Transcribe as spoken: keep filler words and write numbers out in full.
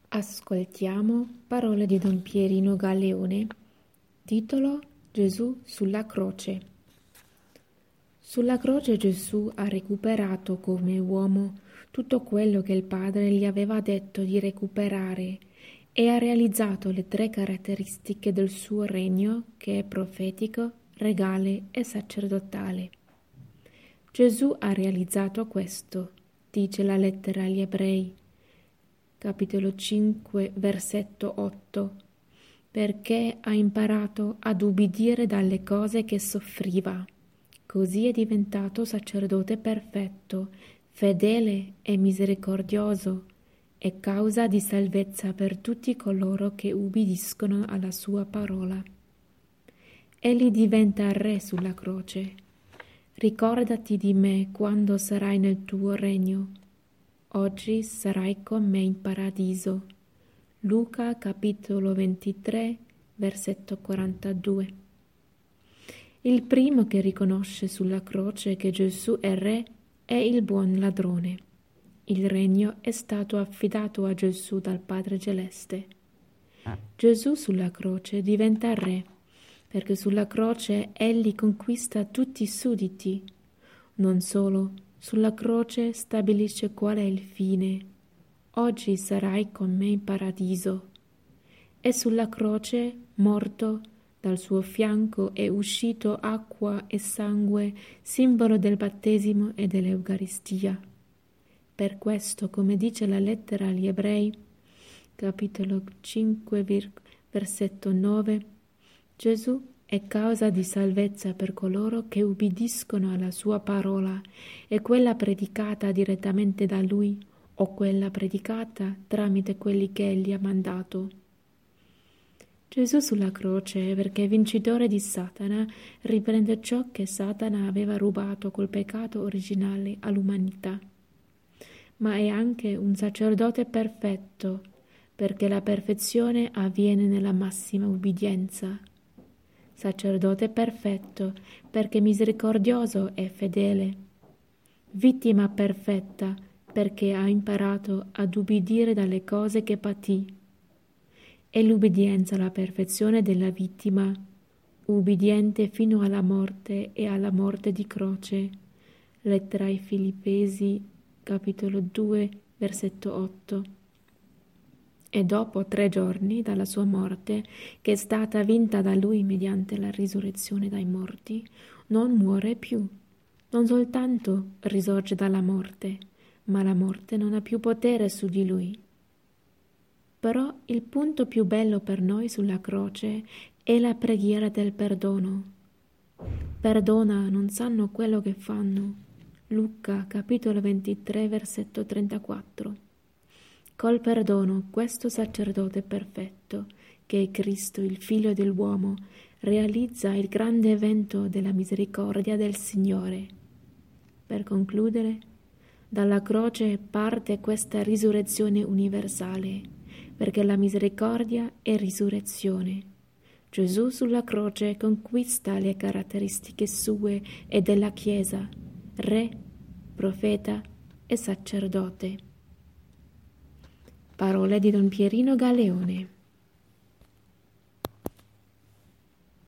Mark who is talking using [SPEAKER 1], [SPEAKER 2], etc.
[SPEAKER 1] Ascoltiamo parole di Don Pierino Galeone, titolo Gesù sulla croce. Sulla croce Gesù ha recuperato come uomo tutto quello che il Padre gli aveva detto di recuperare e ha realizzato le tre caratteristiche del suo regno che è profetico, regale e sacerdotale. Gesù ha realizzato questo, dice la lettera agli Ebrei, capitolo cinque, versetto otto, perché ha imparato ad ubbidire dalle cose che soffriva. Così è diventato sacerdote perfetto, fedele e misericordioso, e causa di salvezza per tutti coloro che ubbidiscono alla sua parola. Egli diventa re sulla croce. Ricordati di me quando sarai nel tuo regno. Oggi sarai con me in paradiso. Luca capitolo ventitré, versetto quarantadue. Il primo che riconosce sulla croce che Gesù è re è il buon ladrone. Il regno è stato affidato a Gesù dal Padre Celeste. Gesù sulla croce diventa re, perché sulla croce egli conquista tutti i sudditi. Non solo, sulla croce stabilisce qual è il fine. Oggi sarai con me in paradiso. E sulla croce, morto, dal suo fianco è uscito acqua e sangue, simbolo del battesimo e dell'Eucaristia. Per questo, come dice la lettera agli Ebrei, capitolo cinque, versetto nove, Gesù è causa di salvezza per coloro che ubbidiscono alla sua parola, e quella predicata direttamente da lui o quella predicata tramite quelli che egli ha mandato. Gesù sulla croce, perché vincitore di Satana, riprende ciò che Satana aveva rubato col peccato originale all'umanità. Ma è anche un sacerdote perfetto, perché la perfezione avviene nella massima ubbidienza. Sacerdote perfetto, perché misericordioso e fedele. Vittima perfetta, perché ha imparato ad ubbidire dalle cose che patì. E l'ubbidienza la perfezione della vittima, ubbidiente fino alla morte e alla morte di croce. Lettera ai Filippesi, capitolo due, versetto otto. E dopo tre giorni dalla sua morte, che è stata vinta da lui mediante la risurrezione dai morti, non muore più. Non soltanto risorge dalla morte, ma la morte non ha più potere su di lui. Però il punto più bello per noi sulla croce è la preghiera del perdono. Perdona, non sanno quello che fanno. Luca, capitolo ventitré, versetto trentaquattro. Col perdono questo sacerdote perfetto, che è Cristo, il Figlio dell'uomo, realizza il grande evento della misericordia del Signore. Per concludere, dalla croce parte questa risurrezione universale, perché la misericordia è risurrezione. Gesù sulla croce conquista le caratteristiche sue e della Chiesa, re, profeta e sacerdote. Parole di Don Pierino Galeone.